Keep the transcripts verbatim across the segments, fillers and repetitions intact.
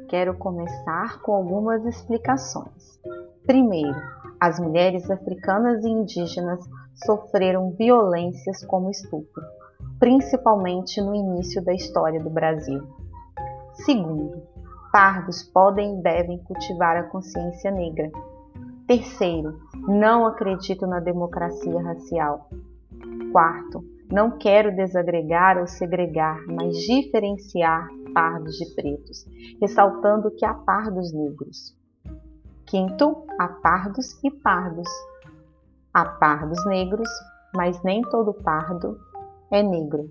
quero começar com algumas explicações. Primeiro, as mulheres africanas e indígenas sofreram violências como estupro, principalmente no início da história do Brasil. Segundo, pardos podem e devem cultivar a consciência negra. Terceiro, não acredito na democracia racial. Quarto, não quero desagregar ou segregar, mas diferenciar pardos de pretos, ressaltando que há pardos negros. Quinto, há pardos e pardos. Há pardos negros, mas nem todo pardo é negro.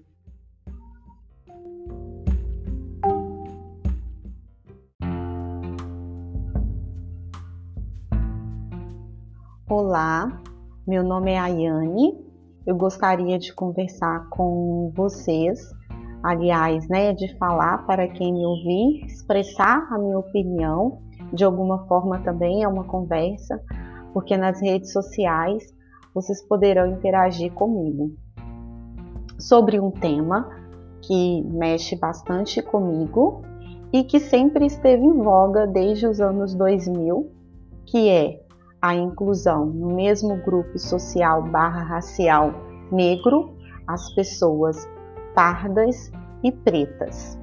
Olá, meu nome é Ayane. Eu gostaria de conversar com vocês, aliás, né, de falar para quem me ouvir, expressar a minha opinião. De alguma forma também é uma conversa, porque nas redes sociais vocês poderão interagir comigo sobre um tema que mexe bastante comigo e que sempre esteve em voga desde os anos dois mil, que é a inclusão no mesmo grupo social barra racial negro, as pessoas pardas e pretas.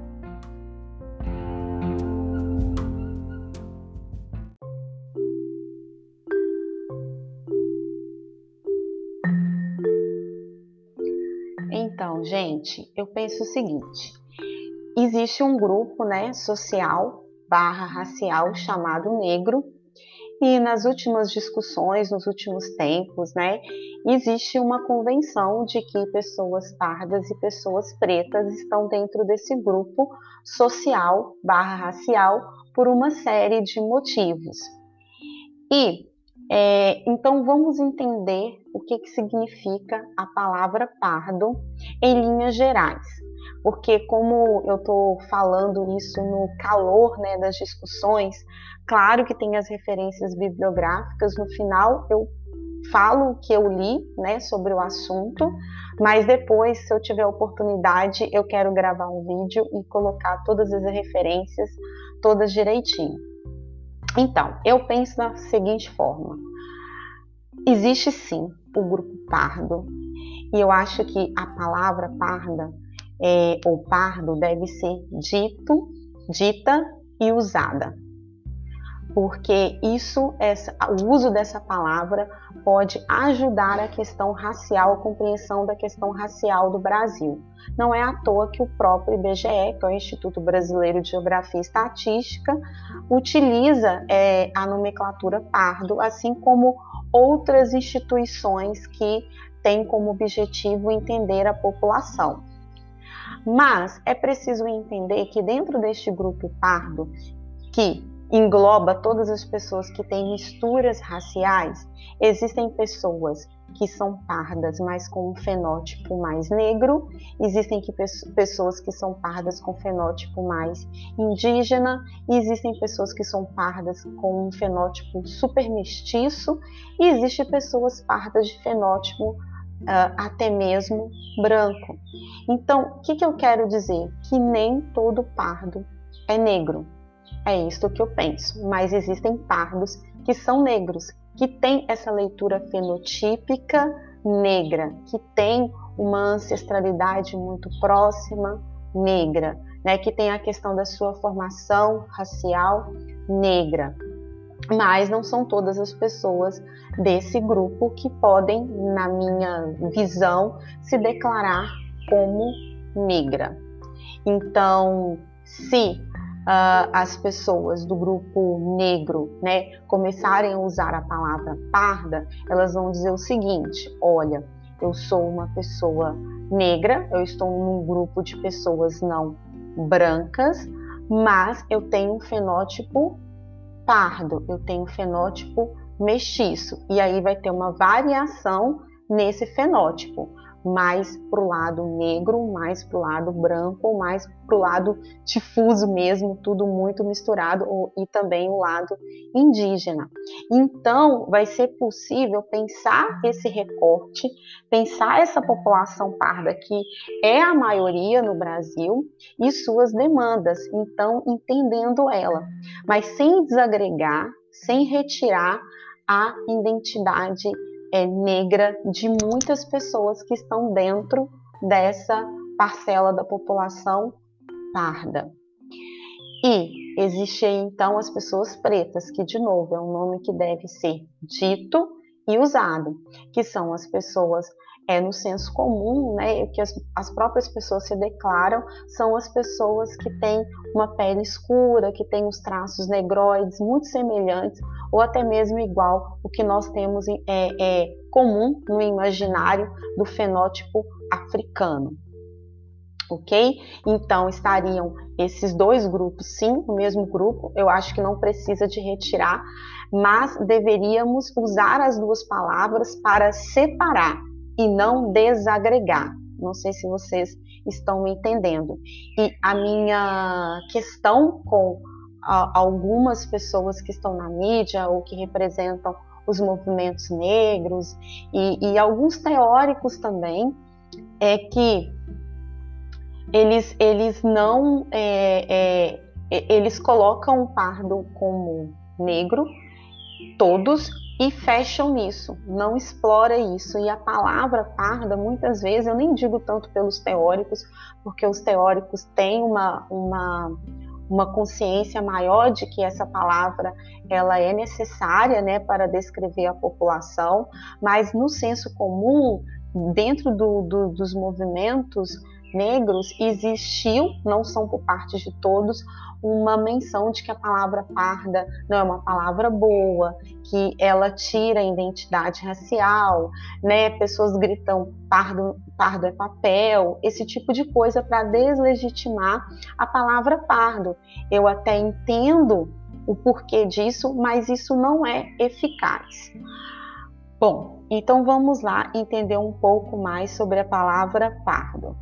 Então, gente, eu penso o seguinte, existe um grupo, né, social barra racial chamado negro. E nas últimas discussões, nos últimos tempos, né, existe uma convenção de que pessoas pardas e pessoas pretas estão dentro desse grupo social barra racial por uma série de motivos. E é, então vamos entender o que, que significa a palavra pardo em linhas gerais. Porque como eu estou falando isso no calor, né, das discussões, claro que tem as referências bibliográficas, no final eu falo o que eu li, né, sobre o assunto, mas depois, se eu tiver oportunidade, eu quero gravar um vídeo e colocar todas as referências, todas direitinho. Então, eu penso da seguinte forma, existe sim o grupo pardo, e eu acho que a palavra parda, é, ou pardo, deve ser dito, dita e usada. Porque isso, essa, o uso dessa palavra pode ajudar a questão racial, a compreensão da questão racial do Brasil. Não é à toa que o próprio I B G E, que é o Instituto Brasileiro de Geografia e Estatística, utiliza é, a nomenclatura pardo, assim como outras instituições que têm como objetivo entender a população. Mas é preciso entender que dentro deste grupo pardo, que engloba todas as pessoas que têm misturas raciais, existem pessoas que são pardas, mas com um fenótipo mais negro, existem que, pessoas que são pardas com fenótipo mais indígena, e existem pessoas que são pardas com um fenótipo super mestiço, e existem pessoas pardas de fenótipo uh, até mesmo branco. Então, o que, que eu quero dizer? Que nem todo pardo é negro. É isso que eu penso, mas existem pardos que são negros, que têm essa leitura fenotípica negra, que tem uma ancestralidade muito próxima negra, né, que tem a questão da sua formação racial negra. Mas não são todas as pessoas desse grupo que podem, na minha visão, se declarar como negra. Então, se Uh, as pessoas do grupo negro, né, começarem a usar a palavra parda, elas vão dizer o seguinte, olha, eu sou uma pessoa negra, eu estou num grupo de pessoas não brancas, mas eu tenho um fenótipo pardo, eu tenho um fenótipo mestiço, e aí vai ter uma variação nesse fenótipo. mais para o lado negro, mais para o lado branco, ou mais para o lado difuso mesmo, tudo muito misturado, e também o lado indígena. Então, vai ser possível pensar esse recorte, pensar essa população parda, que é a maioria no Brasil, e suas demandas, então entendendo ela, mas sem desagregar, sem retirar a identidade é, negra de muitas pessoas que estão dentro dessa parcela da população parda. E existe aí então as pessoas pretas, que de novo é um nome que deve ser dito e usado, que são as pessoas é, no senso comum, né, que as, as próprias pessoas se declaram, são as pessoas que têm uma pele escura, que têm os traços negroides muito semelhantes, ou até mesmo igual o que nós temos é, é, comum no imaginário do fenótipo africano. Ok? Então estariam esses dois grupos, sim, no mesmo grupo. Eu acho que não precisa de retirar, mas deveríamos usar as duas palavras para separar e não desagregar. Não sei se vocês estão me entendendo. E a minha questão com a, algumas pessoas que estão na mídia ou que representam os movimentos negros e, e alguns teóricos também é que eles, eles não é, é, eles colocam o pardo como negro, todos, e fecham nisso, não explora isso. E a palavra parda, muitas vezes, eu nem digo tanto pelos teóricos, porque os teóricos têm uma, uma, uma consciência maior de que essa palavra ela é necessária, né, para descrever a população, mas no senso comum, dentro do, do, dos movimentos negros, existiu, não são por parte de todos, uma menção de que a palavra parda não é uma palavra boa, que ela tira a identidade racial, né? Pessoas gritam pardo, pardo é papel, esse tipo de coisa para deslegitimar a palavra pardo. Eu até entendo o porquê disso, mas isso não é eficaz. Bom, então vamos lá entender um pouco mais sobre a palavra pardo.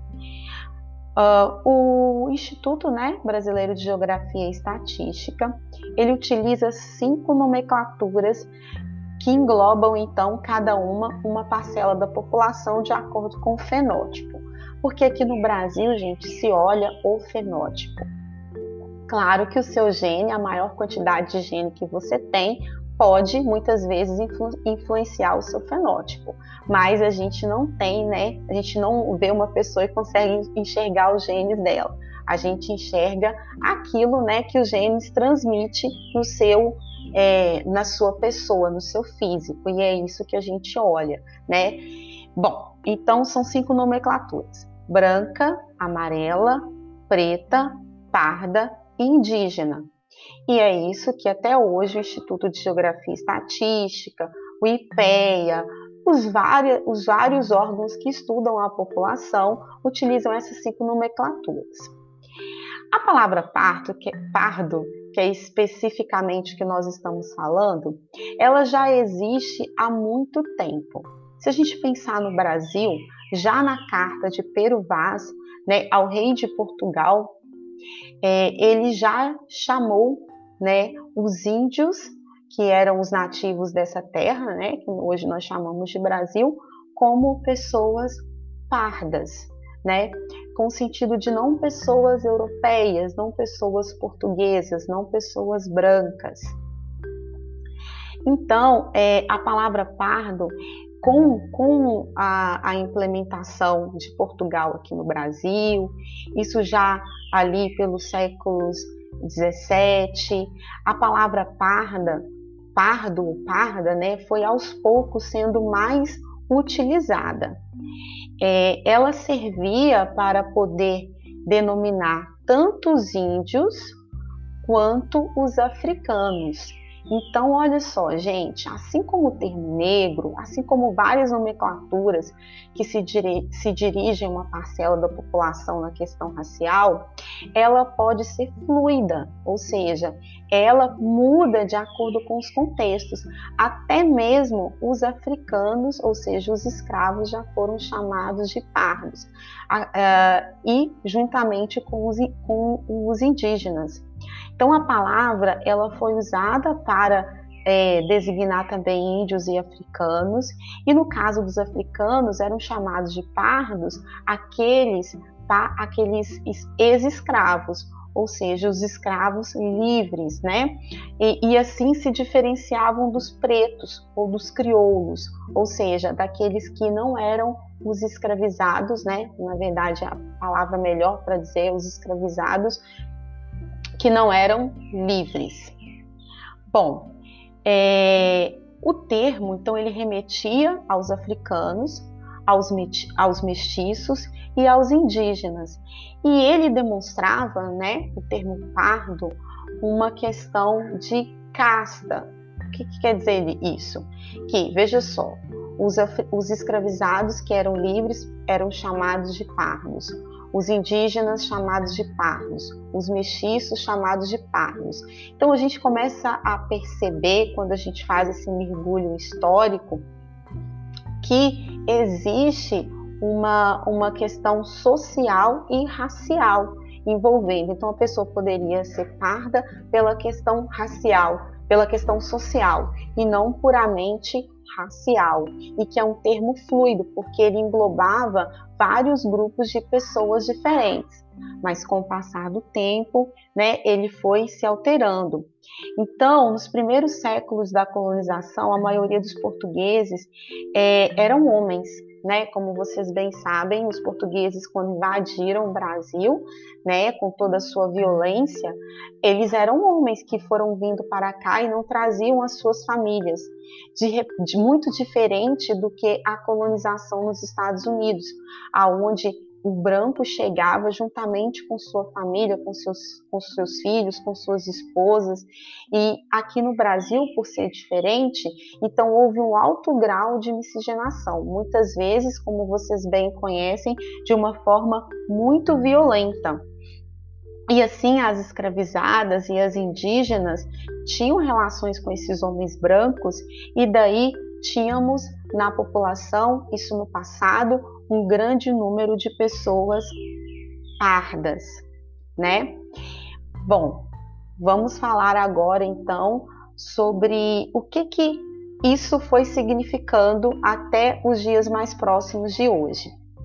Uh, o Instituto, né, Brasileiro de Geografia e Estatística, ele utiliza cinco nomenclaturas que englobam, então, cada uma, uma parcela da população de acordo com o fenótipo. Porque aqui no Brasil, gente, se olha o fenótipo. Claro que o seu gene, a maior quantidade de gene que você tem, pode muitas vezes influ influenciar o seu fenótipo, mas a gente não tem, né? A gente não vê uma pessoa e consegue enxergar os genes dela. A gente enxerga aquilo, né, que os genes transmite no seu, é, na sua pessoa, no seu físico, e é isso que a gente olha, né? Bom, então são cinco nomenclaturas: branca, amarela, preta, parda e indígena. E é isso que até hoje o Instituto de Geografia e Estatística, o IPEA, os vários, os vários órgãos que estudam a população utilizam essas cinco nomenclaturas. A palavra pardo, que, pardo, que é especificamente o que nós estamos falando, ela já existe há muito tempo. Se a gente pensar no Brasil, já na carta de Pero Vaz, né, ao rei de Portugal, É, ele já chamou, né, os índios, que eram os nativos dessa terra, né, que hoje nós chamamos de Brasil, como pessoas pardas, né, com o sentido de não pessoas europeias, não pessoas portuguesas, não pessoas brancas. Então, é, a palavra pardo, Com, com a, a implementação de Portugal aqui no Brasil, isso já ali pelos séculos dezessete, a palavra parda, pardo, parda, né, foi aos poucos sendo mais utilizada. É, ela servia para poder denominar tanto os índios quanto os africanos. Então, olha só, gente, assim como o termo negro, assim como várias nomenclaturas que se, dire se dirigem a uma parcela da população na questão racial, ela pode ser fluida, ou seja, ela muda de acordo com os contextos. Até mesmo os africanos, ou seja, os escravos, já foram chamados de pardos, e juntamente com os, com os indígenas. Então a palavra ela foi usada para é, designar também índios e africanos, e no caso dos africanos eram chamados de pardos aqueles, tá, aqueles ex-escravos, ou seja, os escravos livres, né? E, e assim se diferenciavam dos pretos ou dos crioulos, ou seja, daqueles que não eram os escravizados, né? Na verdade, a palavra melhor para dizer os escravizados que não eram livres. Bom, é, o termo, então, ele remetia aos africanos, aos, aos mestiços e aos indígenas. E ele demonstrava, né, o termo pardo, uma questão de casta. O que, que quer dizer isso? Que, veja só, os, os escravizados que eram livres eram chamados de pardos, os indígenas chamados de pardos, os mestiços chamados de pardos. Então a gente começa a perceber, quando a gente faz esse mergulho histórico, que existe uma, uma questão social e racial envolvendo. Então a pessoa poderia ser parda pela questão racial, pela questão social, e não puramente racial, e que é um termo fluido, porque ele englobava vários grupos de pessoas diferentes, mas com o passar do tempo, né, ele foi se alterando. Então, nos primeiros séculos da colonização, a maioria dos portugueses é, eram homens, né? Como vocês bem sabem, os portugueses, quando invadiram o Brasil, né, com toda a sua violência, eles eram homens que foram vindo para cá e não traziam as suas famílias, de, de muito diferente do que a colonização nos Estados Unidos, aonde o branco chegava juntamente com sua família, com seus, com seus filhos, com suas esposas. E aqui no Brasil, por ser diferente, então houve um alto grau de miscigenação, muitas vezes, como vocês bem conhecem, de uma forma muito violenta. E assim as escravizadas e as indígenas tinham relações com esses homens brancos, e daí tínhamos na população, isso no passado, um grande número de pessoas pardas, né? Bom, vamos falar agora então sobre o que que isso foi significando até os dias mais próximos de hoje.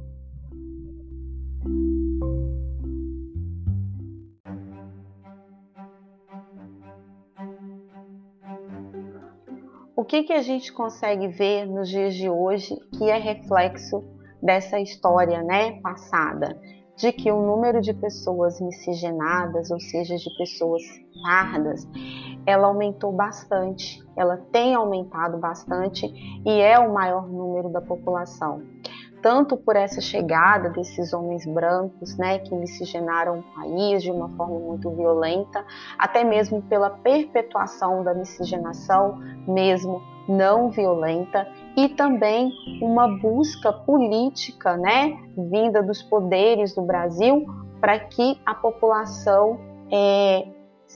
O que que a gente consegue ver nos dias de hoje que é reflexo dessa história, né, passada, de que o número de pessoas miscigenadas, ou seja, de pessoas pardas, ela aumentou bastante, ela tem aumentado bastante e é o maior número da população. Tanto por essa chegada desses homens brancos, né, que miscigenaram o país de uma forma muito violenta, até mesmo pela perpetuação da miscigenação, mesmo não violenta, e também uma busca política, né, vinda dos poderes do Brasil para que a população é,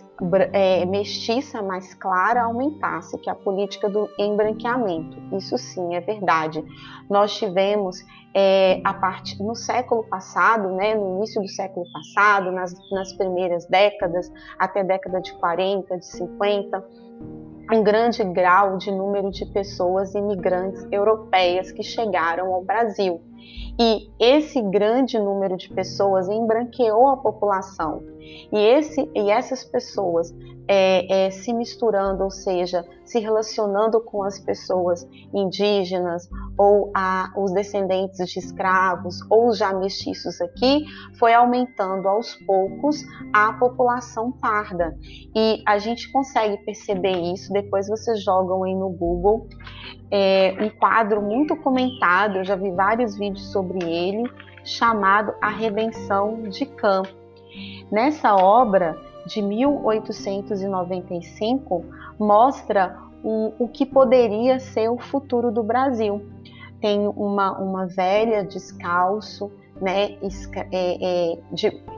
é, mestiça mais clara aumentasse, que é a política do embranqueamento. Isso sim é verdade. Nós tivemos é, a parte, no século passado, né, no início do século passado, nas, nas primeiras décadas, até a década de quarenta, de cinquenta, um grande grau de número de pessoas imigrantes europeias que chegaram ao Brasil. E esse grande número de pessoas embranqueou a população. E, esse, e essas pessoas é, é, se misturando, ou seja, se relacionando com as pessoas indígenas ou a, os descendentes de escravos ou os já mestiços aqui, foi aumentando aos poucos a população parda. E a gente consegue perceber isso, depois vocês jogam aí no Google, é, um quadro muito comentado, eu já vi vários vídeos sobre ele, chamado A Redenção de Cã. Nessa obra, de mil oitocentos e noventa e cinco, mostra o, o que poderia ser o futuro do Brasil. Tem uma, uma velha descalço, né, é, é, de,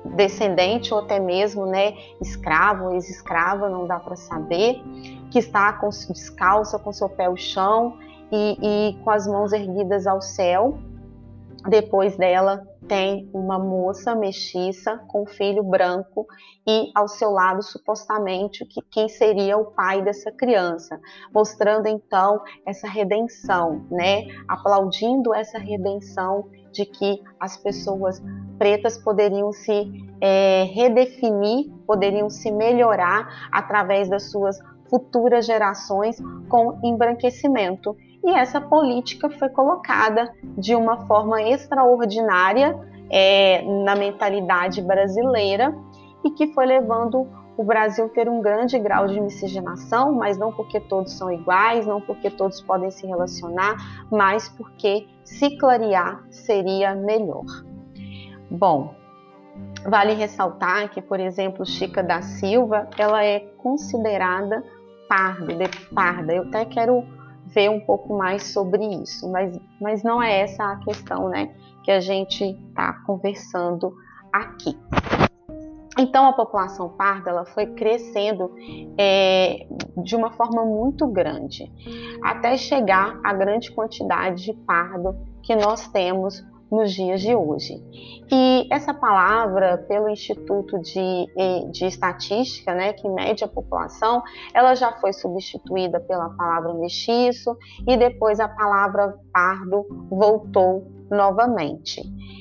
descendente ou até mesmo, né, escravo ou ex-escrava, não dá para saber, que está com, descalça, com seu pé ao chão e, e com as mãos erguidas ao céu. Depois dela tem uma moça mestiça com filho branco e ao seu lado supostamente que, quem seria o pai dessa criança, mostrando então essa redenção, né? Aplaudindo essa redenção de que as pessoas pretas poderiam se é, redefinir, poderiam se melhorar através das suas futuras gerações com embranquecimento. E essa política foi colocada de uma forma extraordinária é, na mentalidade brasileira e que foi levando o Brasil a ter um grande grau de miscigenação, mas não porque todos são iguais, não porque todos podem se relacionar, mas porque se clarear seria melhor. Bom, vale ressaltar que, por exemplo, Chica da Silva, ela é considerada parda, de parda. Eu até quero ver um pouco mais sobre isso, mas, mas não é essa a questão, né, que a gente está conversando aqui. Então a população parda ela foi crescendo é, de uma forma muito grande, até chegar à grande quantidade de pardo que nós temos nos dias de hoje. E essa palavra, pelo Instituto de, de Estatística, né, que mede a população, ela já foi substituída pela palavra mestiço e depois a palavra pardo voltou novamente.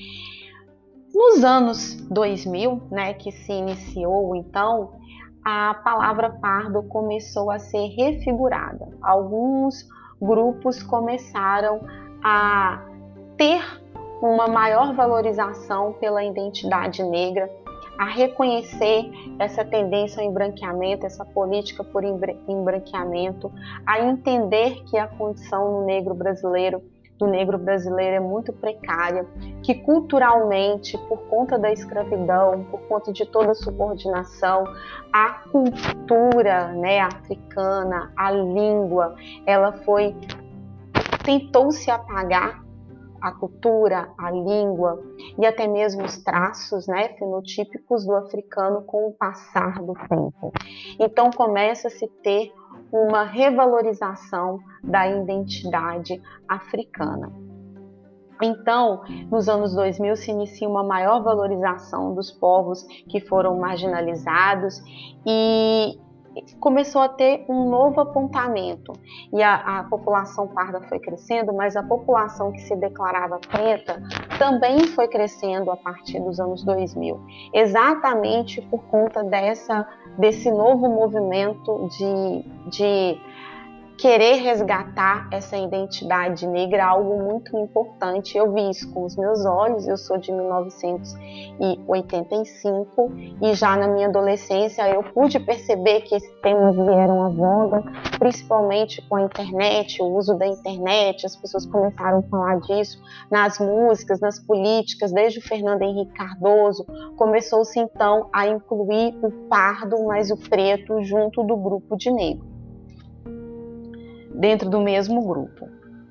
Nos anos dois mil, né, que se iniciou então, a palavra pardo começou a ser refigurada. Alguns grupos começaram a ter uma maior valorização pela identidade negra, a reconhecer essa tendência ao embranqueamento, essa política por embranqueamento, a entender que a condição do negro brasileiro, do negro brasileiro é muito precária, que culturalmente, por conta da escravidão, por conta de toda a subordinação, a cultura, né, africana, a língua, ela foi, tentou se apagar, a cultura, a língua e até mesmo os traços, né, fenotípicos do africano com o passar do tempo. Então começa-se a ter uma revalorização da identidade africana. Então, nos anos dois mil se inicia uma maior valorização dos povos que foram marginalizados e começou a ter um novo apontamento e a, a população parda foi crescendo, mas a população que se declarava preta também foi crescendo a partir dos anos dois mil, exatamente por conta dessa, desse novo movimento de, de querer resgatar essa identidade negra, algo muito importante. Eu vi isso com os meus olhos, eu sou de mil novecentos e oitenta e cinco e já na minha adolescência eu pude perceber que esses temas vieram à voga, principalmente com a internet, o uso da internet, as pessoas começaram a falar disso nas músicas, nas políticas, desde o Fernando Henrique Cardoso, começou-se então a incluir o pardo mais o preto junto do grupo de negro, dentro do mesmo grupo.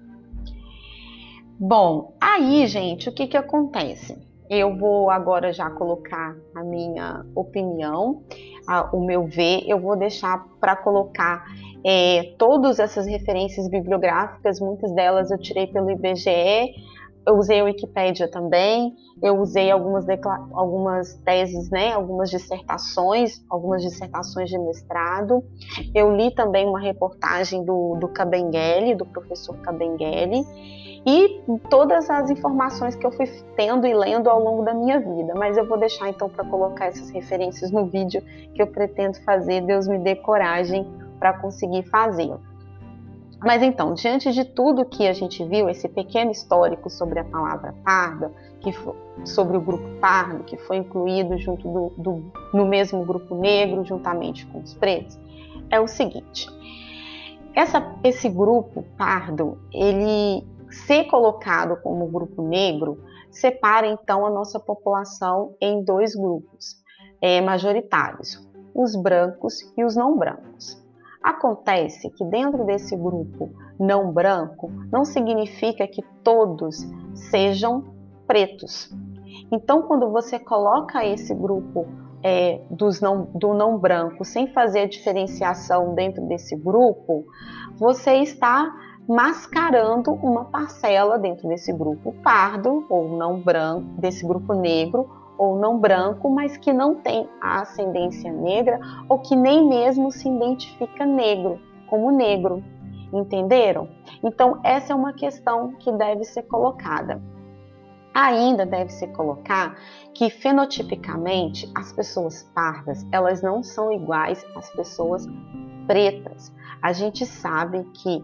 Bom, aí, gente, o que que acontece? Eu vou agora já colocar a minha opinião, a, o meu ver, eu vou deixar para colocar é, todas essas referências bibliográficas, muitas delas eu tirei pelo I B G E, eu usei a Wikipédia também, eu usei algumas, algumas teses, né, algumas dissertações, algumas dissertações de mestrado. Eu li também uma reportagem do, do Kabengele, do professor Kabengele, e todas as informações que eu fui tendo e lendo ao longo da minha vida. Mas eu vou deixar então para colocar essas referências no vídeo que eu pretendo fazer, Deus me dê coragem para conseguir fazê-lo. Mas então, diante de tudo que a gente viu, esse pequeno histórico sobre a palavra parda, que foi, sobre o grupo pardo, que foi incluído junto do, do, no mesmo grupo negro, juntamente com os pretos, é o seguinte: essa, esse grupo pardo, ele ser colocado como grupo negro, separa então a nossa população em dois grupos é, majoritários, os brancos e os não brancos. Acontece que dentro desse grupo não branco, não significa que todos sejam pretos. Então, quando você coloca esse grupo é, dos não, do não branco sem fazer a diferenciação dentro desse grupo, você está mascarando uma parcela dentro desse grupo pardo ou não branco, desse grupo negro ou não branco, mas que não tem a ascendência negra ou que nem mesmo se identifica negro, como negro. Entenderam? Então, essa é uma questão que deve ser colocada. Ainda deve se colocar que fenotipicamente as pessoas pardas, elas não são iguais às pessoas pretas. A gente sabe que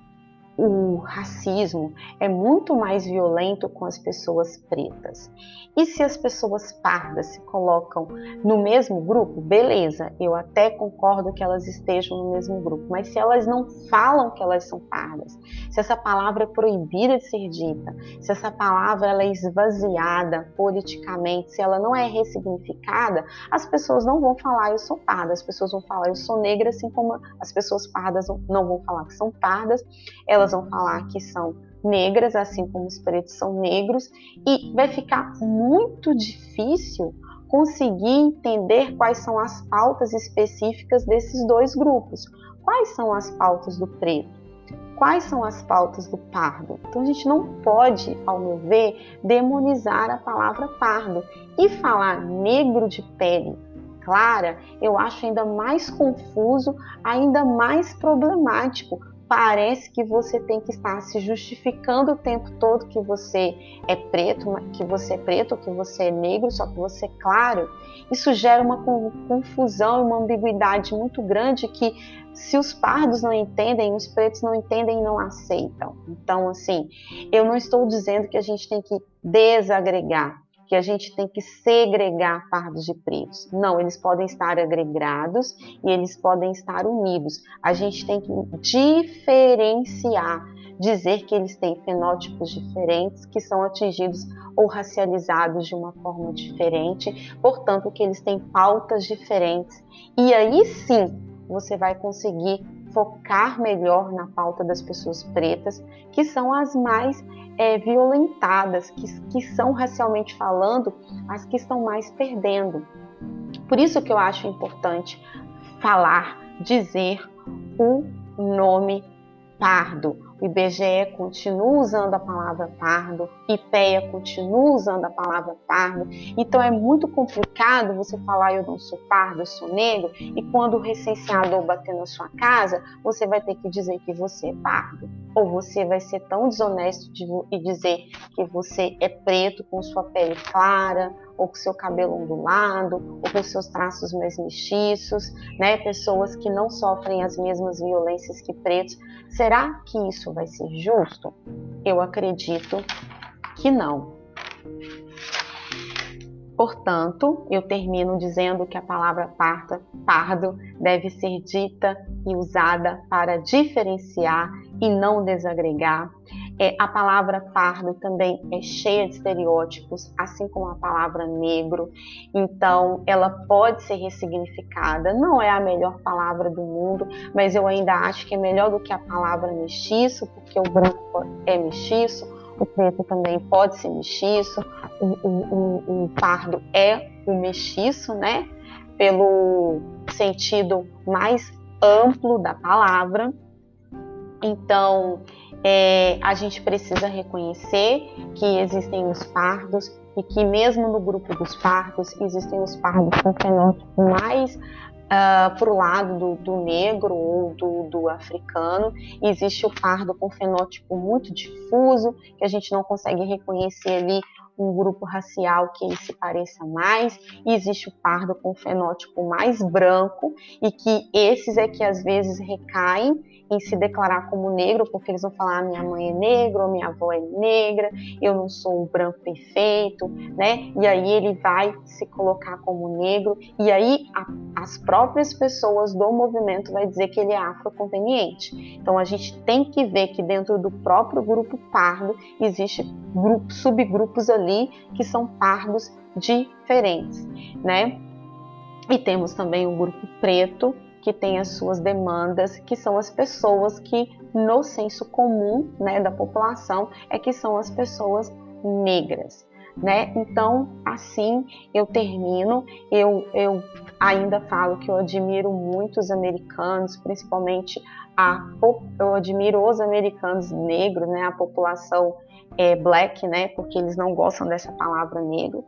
o racismo é muito mais violento com as pessoas pretas. E se as pessoas pardas se colocam no mesmo grupo, beleza, eu até concordo que elas estejam no mesmo grupo, mas se elas não falam que elas são pardas, se essa palavra é proibida de ser dita, se essa palavra ela é esvaziada politicamente, se ela não é ressignificada, as pessoas não vão falar eu sou parda, as pessoas vão falar eu sou negra, assim como as pessoas pardas não vão falar que são pardas, elas vão falar que são negras, assim como os pretos são negros, e vai ficar muito difícil conseguir entender quais são as pautas específicas desses dois grupos. Quais são as pautas do preto? Quais são as pautas do pardo? Então a gente não pode, ao meu ver, demonizar a palavra pardo e falar negro de pele clara, eu acho ainda mais confuso, ainda mais problemático. Parece que você tem que estar se justificando o tempo todo que você é preto, que você é preto, que você é negro, só que você é claro. Isso gera uma confusão e uma ambiguidade muito grande que, se os pardos não entendem, os pretos não entendem e não aceitam. Então, assim, eu não estou dizendo que a gente tem que desagregar, que a gente tem que segregar pardos de pretos. Não, eles podem estar agregados e eles podem estar unidos. A gente tem que diferenciar, dizer que eles têm fenótipos diferentes, que são atingidos ou racializados de uma forma diferente, portanto, que eles têm pautas diferentes. E aí sim, você vai conseguir focar melhor na pauta das pessoas pretas, que são as mais é, violentadas, que, que são racialmente falando as que estão mais perdendo. Por isso que eu acho importante falar, dizer o nome pardo. O I B G E continua usando a palavra pardo, IPEA continua usando a palavra pardo, então é muito complicado você falar eu não sou pardo, eu sou negro, e quando o recenseador bater na sua casa, você vai ter que dizer que você é pardo, ou você vai ser tão desonesto de, e dizer que você é preto com sua pele clara, ou com seu cabelo ondulado, ou com seus traços mais mestiços, né? Pessoas que não sofrem as mesmas violências que pretos. Será que isso vai ser justo? Eu acredito que não. Portanto, eu termino dizendo que a palavra parda, pardo deve ser dita e usada para diferenciar e não desagregar. É, a palavra pardo também é cheia de estereótipos, assim como a palavra negro. Então, ela pode ser ressignificada. Não é a melhor palavra do mundo, mas eu ainda acho que é melhor do que a palavra mestiço, porque o branco é mestiço, o preto também pode ser mestiço, o, o, o, o pardo é o mestiço, né? Pelo sentido mais amplo da palavra. Então, é, a gente precisa reconhecer que existem os pardos e que mesmo no grupo dos pardos existem os pardos com fenótipo mais uh, para o lado do, do negro ou do, do africano. E existe o pardo com fenótipo muito difuso, que a gente não consegue reconhecer ali um grupo racial que ele se pareça mais, e existe o pardo com fenótipo mais branco, e que esses é que às vezes recaem em se declarar como negro, porque eles vão falar minha mãe é negra, ou minha avó é negra, eu não sou um branco perfeito, né? E aí ele vai se colocar como negro, e aí a, as próprias pessoas do movimento vai dizer que ele é afroconveniente. Então a gente tem que ver que dentro do próprio grupo pardo existe grupo, subgrupos ali que são pardos diferentes, né? E temos também o grupo preto, que tem as suas demandas, que são as pessoas que, no senso comum, né, da população, é que são as pessoas negras. né? Então, assim eu termino. Eu, eu ainda falo que eu admiro muito os americanos, principalmente a, eu admiro os americanos negros, né? A população é, black, né? Porque eles não gostam dessa palavra negro.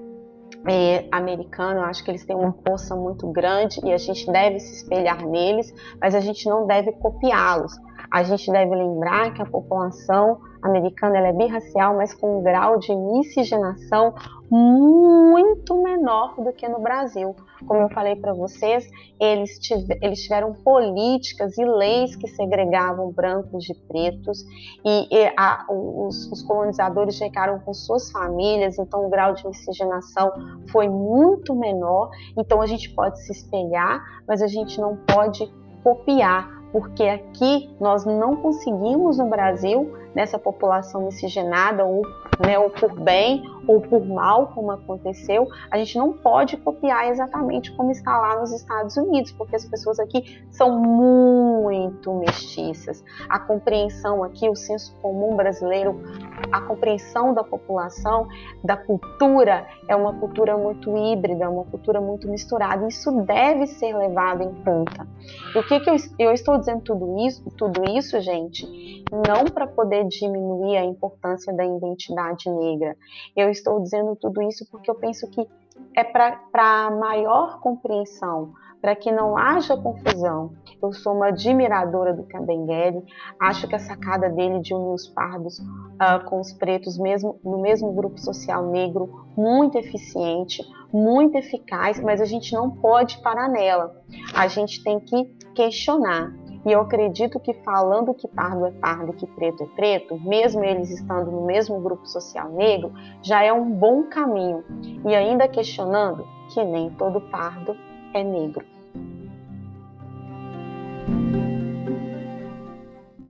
É, americano, eu acho que eles têm uma força muito grande e a gente deve se espelhar neles, mas a gente não deve copiá-los. A gente deve lembrar que a população americana ela é birracial, mas com um grau de miscigenação muito menor do que no Brasil. Como eu falei para vocês, eles, tive, eles tiveram políticas e leis que segregavam brancos de pretos e, e a, os, os colonizadores chegaram com suas famílias, então o grau de miscigenação foi muito menor. Então a gente pode se espelhar, mas a gente não pode copiar, porque aqui nós não conseguimos no Brasil, nessa população miscigenada, ou, né, ou por bem ou por mal, como aconteceu, a gente não pode copiar exatamente como está lá nos Estados Unidos, porque as pessoas aqui são muito mestiças. A compreensão aqui, o senso comum brasileiro, a compreensão da população, da cultura, é uma cultura muito híbrida, uma cultura muito misturada. Isso deve ser levado em conta. E o que, que eu, eu estou dizendo tudo isso, tudo isso, gente, não para poder diminuir a importância da identidade negra. Eu estou dizendo tudo isso porque eu penso que é para maior compreensão, para que não haja confusão. Eu sou uma admiradora do Kabengele, acho que a sacada dele de unir os pardos uh, com os pretos mesmo, no mesmo grupo social negro, muito eficiente, muito eficaz, mas a gente não pode parar nela. A gente tem que questionar. E eu acredito que falando que pardo é pardo e que preto é preto, mesmo eles estando no mesmo grupo social negro, já é um bom caminho. E ainda questionando que nem todo pardo é negro.